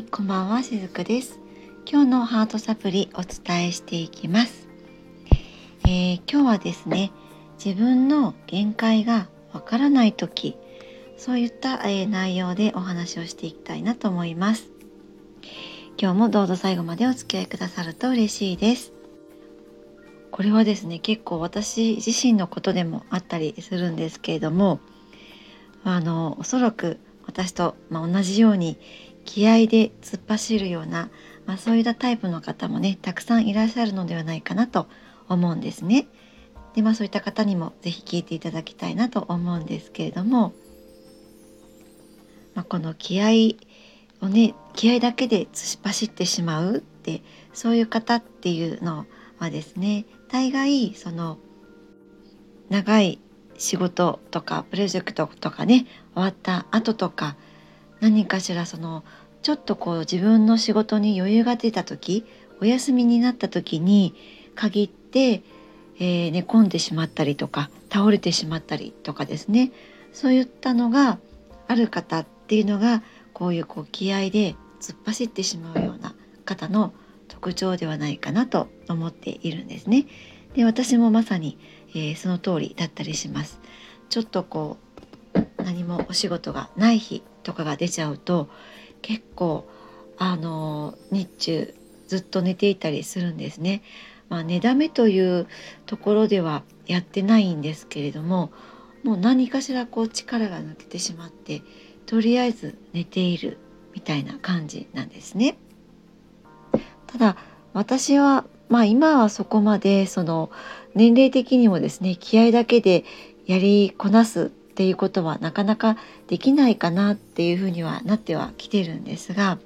こんばんは、しずくです。今日のハートサプリお伝えしていきます。今日はですね、自分の限界がわからないとき、そういった、内容でお話をしていきたいなと思います。今日もどうぞ最後までお付き合いくださると嬉しいです。これはですね、結構私自身のことでもあったりするんですけれども、おそらく私と、同じように気合で突っ走るような、そういったタイプの方もねたくさんいらっしゃるのではないかなと思うんですね。で、そういった方にもぜひ聞いていただきたいなと思うんですけれども、この気合をね気合だけで突っ走ってしまうってそういう方っていうのはですね、大概その長い仕事とかプロジェクトとかね終わった後とか、何かしらちょっと自分の仕事に余裕が出た時、お休みになった時に限って、寝込んでしまったりとか倒れてしまったりとかですね、そういったのがある方っていうのがこういう気合で突っ走ってしまうような方の特徴ではないかなと思っているんですね。で、私もまさに、その通りだったりします。ちょっと何もお仕事がない日とかが出ちゃうと、結構日中ずっと寝ていたりするんですね。寝だめというところではやってないんですけれども、もう何かしら力が抜けてしまって、とりあえず寝ているみたいな感じなんですね。ただ私は今はそこまで年齢的にもですね、気合だけでやりこなすっていうことはなかなかできないかなっていうふうにはなってはきてるんですが、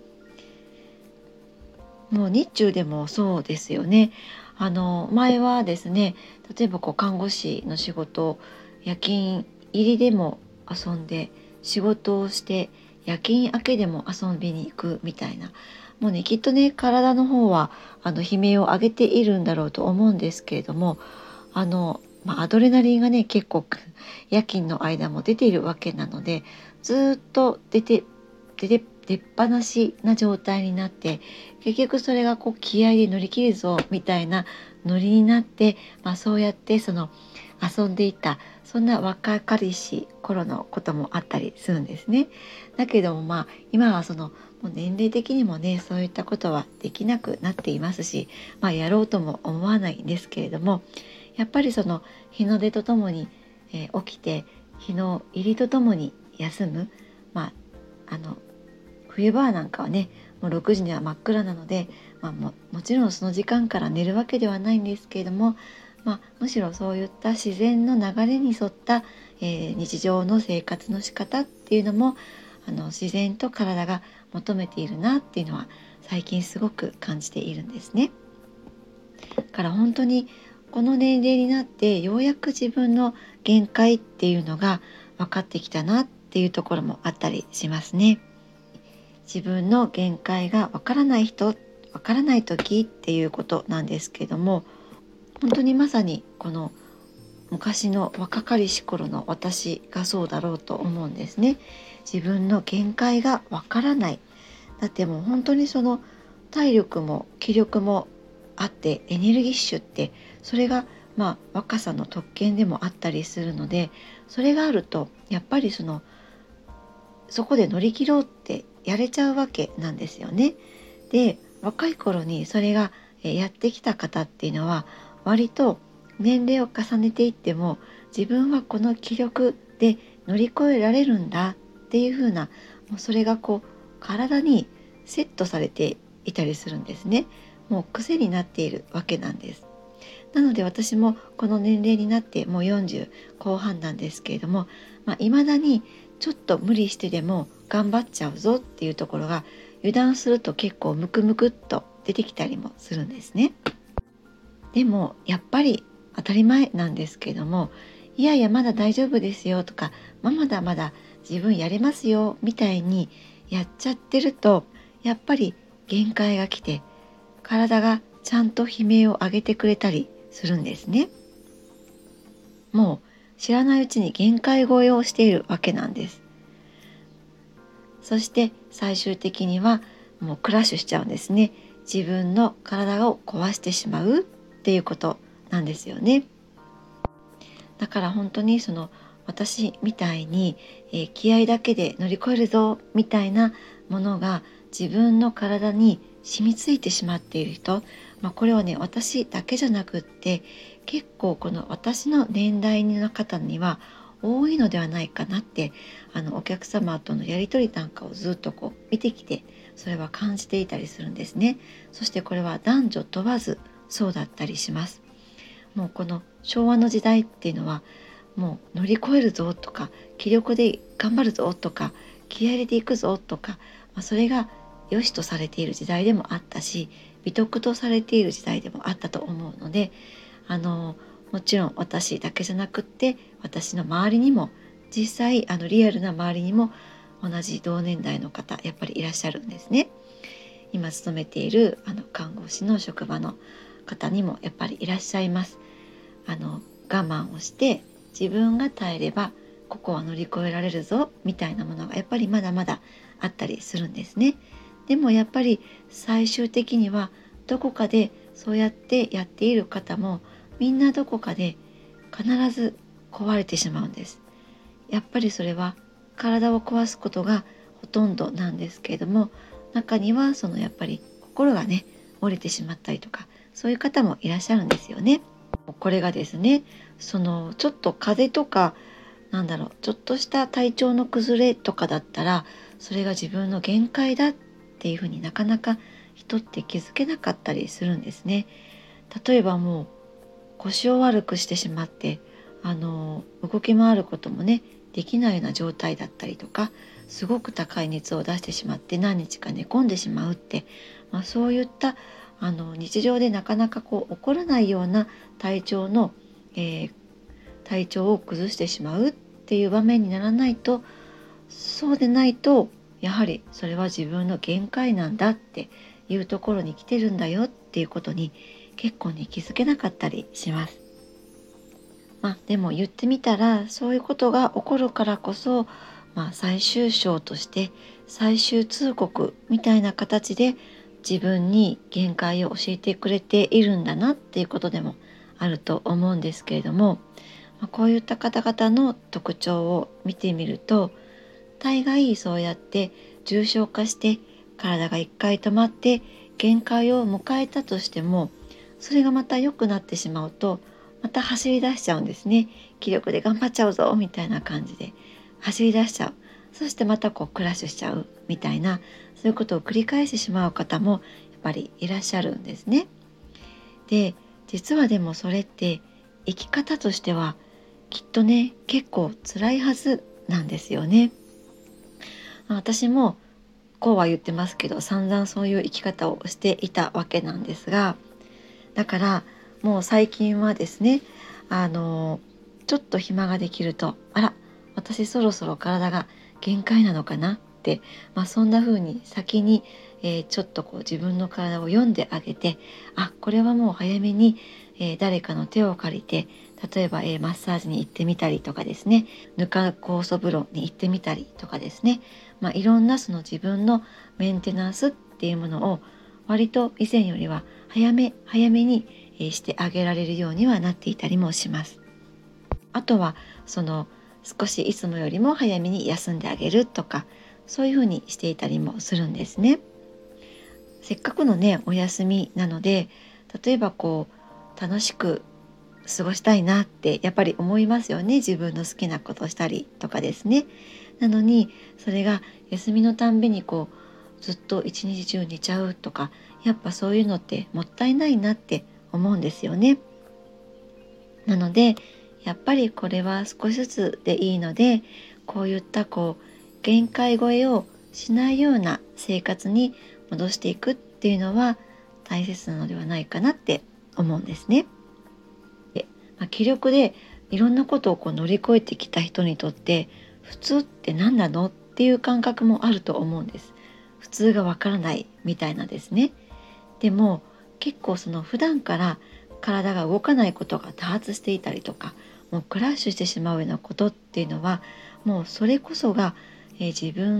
もう日中でもそうですよね。前はですね、例えば看護師の仕事、夜勤入りでも遊んで、仕事をして夜勤明けでも遊びに行くみたいな、もうねきっとね体の方は悲鳴を上げているんだろうと思うんですけれども、アドレナリンがね結構夜勤の間も出ているわけなので、ずっと出っ放しな状態になって、結局それが気合で乗り切るぞみたいなノリになって、そうやって遊んでいた、そんな若かりし頃のこともあったりするんですね。だけども今はもう年齢的にもねそういったことはできなくなっていますし、やろうとも思わないんですけれども、やっぱり日の出とともに、起きて日の入りとともに休む、まああの冬場なんかはねもう6時には真っ暗なので、もちろんその時間から寝るわけではないんですけれども、むしろそういった自然の流れに沿った、日常の生活の仕方っていうのも自然と体が求めているなっていうのは最近すごく感じているんですね。だから本当にこの年齢になってようやく自分の限界っていうのが分かってきたなっていうところもあったりしますね。自分の限界がわからない人、わからない時っていうことなんですけども、本当にまさにこの昔の若かりし頃の私がそうだろうと思うんですね。自分の限界がわからない。だってもう本当に体力も気力もあってエネルギッシュって、それが若さの特権でもあったりするので、それがあるとやっぱりそこで乗り切ろうってやれちゃうわけなんですよね。で、若い頃にそれがやってきた方っていうのは、割と年齢を重ねていっても自分はこの気力で乗り越えられるんだっていう風な、もうそれが体にセットされていたりするんですね。もう癖になっているわけなんです。なので私もこの年齢になってもう40後半なんですけれども、未だにちょっと無理してでも頑張っちゃうぞっていうところが、油断すると結構ムクムクっと出てきたりもするんですね。でもやっぱり当たり前なんですけども、いやいやまだ大丈夫ですよとか、まだまだ自分やれますよみたいにやっちゃってると、やっぱり限界が来て体がちゃんと悲鳴を上げてくれたりするんですね。もう知らないうちに限界超えをしているわけなんです。そして最終的には、 もうクラッシュしちゃうんですね。自分の体を壊してしまうっていうことなんですよね。だから本当にその私みたいに、気合だけで乗り越えるぞみたいなものが自分の体に染みついてしまっている人、これはね私だけじゃなくって結構この私の年代の方には多いのではないかなって、お客様とのやり取りなんかをずっと見てきてそれは感じていたりするんですね。そしてこれは男女問わずそうだったりします。もうこの昭和の時代っていうのはもう乗り越えるぞとか気力で頑張るぞとか気合い入れていくぞとか、それが良しとされている時代でもあったし美徳とされている時代でもあったと思うので、もちろん私だけじゃなくって私の周りにも実際リアルな周りにも同じ同年代の方やっぱりいらっしゃるんですね。今勤めている看護師の職場の方にもやっぱりいらっしゃいます。我慢をして自分が耐えればここは乗り越えられるぞみたいなものがやっぱりまだまだあったりするんですね。でもやっぱり最終的にはどこかでそうやってやっている方もみんなどこかで必ず壊れてしまうんです。やっぱりそれは体を壊すことがほとんどなんですけれども、中にはそのやっぱり心がね折れてしまったりとかそういう方もいらっしゃるんですよね。これがですね、そのちょっと風邪とかちょっとした体調の崩れとかだったらそれが自分の限界だっていうふうになかなか人って気づけなかったりするんですね。例えばもう腰を悪くしてしまって動き回ることもねできないような状態だったりとか、すごく高い熱を出してしまって何日か寝込んでしまうって、そういった日常でなかなか起こらないような体調の、体調を崩してしまうっていう場面にならないと、そうでないとやはりそれは自分の限界なんだっていうところに来てるんだよっていうことに結構に気づけなかったりします。でも言ってみたらそういうことが起こるからこそ、最終章として最終通告みたいな形で自分に限界を教えてくれているんだなっていうことでもあると思うんですけれども、こういった方々の特徴を見てみると大概そうやって重症化して体が一回止まって限界を迎えたとしてもそれがまた良くなってしまうとまた走り出しちゃうんですね。気力で頑張っちゃうぞみたいな感じで走り出しちゃう。そしてまたクラッシュしちゃうみたいな、そういうことを繰り返してしまう方もやっぱりいらっしゃるんですね。で、実はでもそれって生き方としてはきっとね結構辛いはずなんですよね。私もこうは言ってますけど散々そういう生き方をしていたわけなんですが、だからもう最近はですねちょっと暇ができると私そろそろ体が限界なのかなって、そんな風に先に、ちょっと自分の体を読んであげて、これはもう早めに、誰かの手を借りて例えば、マッサージに行ってみたりとかですね、ぬか酵素風呂に行ってみたりとかですね、いろんなその自分のメンテナンスっていうものを割と以前よりは早め早めに、してあげられるようにはなっていたりもします。あとはその少しいつもよりも早めに休んであげるとかそういうふうにしていたりもするんですね。せっかくのねお休みなので例えば楽しく過ごしたいなってやっぱり思いますよね。自分の好きなことをしたりとかですね。なのにそれが休みのたんびにずっと一日中寝ちゃうとかやっぱそういうのってもったいないなって思うんですよね。なのでやっぱりこれは少しずつでいいのでこういった限界超えをしないような生活に戻していくっていうのは大切なのではないかなって思うんですね。で、気力でいろんなことを乗り越えてきた人にとって普通って何なのっていう感覚もあると思うんです。普通がわからないみたいなですね。でも結構その普段から体が動かないことが多発していたりとかもうクラッシュしてしまうようなことっていうのはもうそれこそが、自分の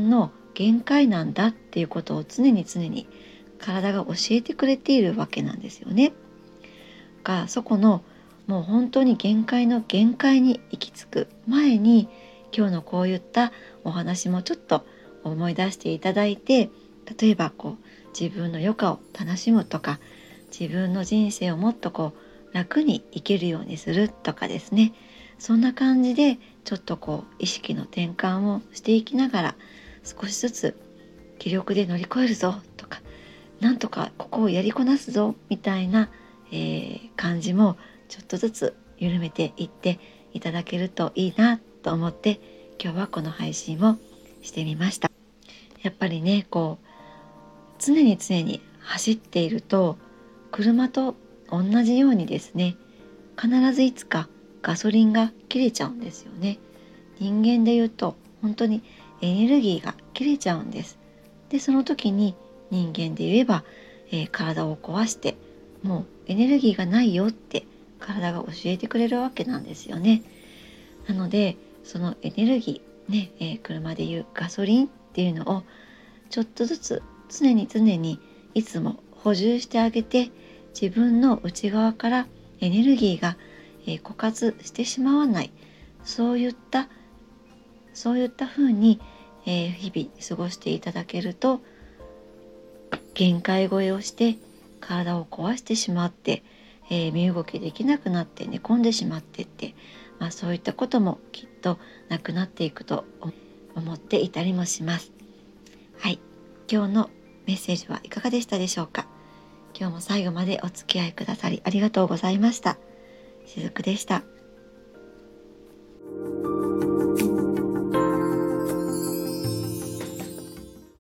限界なんだっていうことを常に体が教えてくれているわけなんですよね。そこのもう本当に限界の限界に行き着く前に、今日のこういったお話もちょっと思い出していただいて、例えば自分の余暇を楽しむとか、自分の人生をもっと楽に生きるようにするとかですね、そんな感じでちょっと意識の転換をしていきながら、少しずつ気力で乗り越えるぞとか、なんとかここをやりこなすぞみたいな、感じもちょっとずつ緩めていっていただけるといいなと思って、今日はこの配信をしてみました。やっぱりね、常に走っていると、車と同じようにですね、必ずいつかガソリンが切れちゃうんですよね。人間で言うと本当にエネルギーが切れちゃうんです。でその時に人間で言えば、体を壊して、もうエネルギーがないよって体が教えてくれるわけなんですよね。なのでそのエネルギーね、車でいうガソリンっていうのをちょっとずつ常にいつも補充してあげて、自分の内側からエネルギーが、枯渇してしまわない、そういった風に、日々過ごしていただけると、限界超えをして体を壊してしまって、身動きできなくなって寝込んでしまってって、そういったこともきっとなくなっていくと思っていたりもします。はい、今日のメッセージはいかがでしたでしょうか。今日も最後までお付き合いくださりありがとうございました。しずくでした。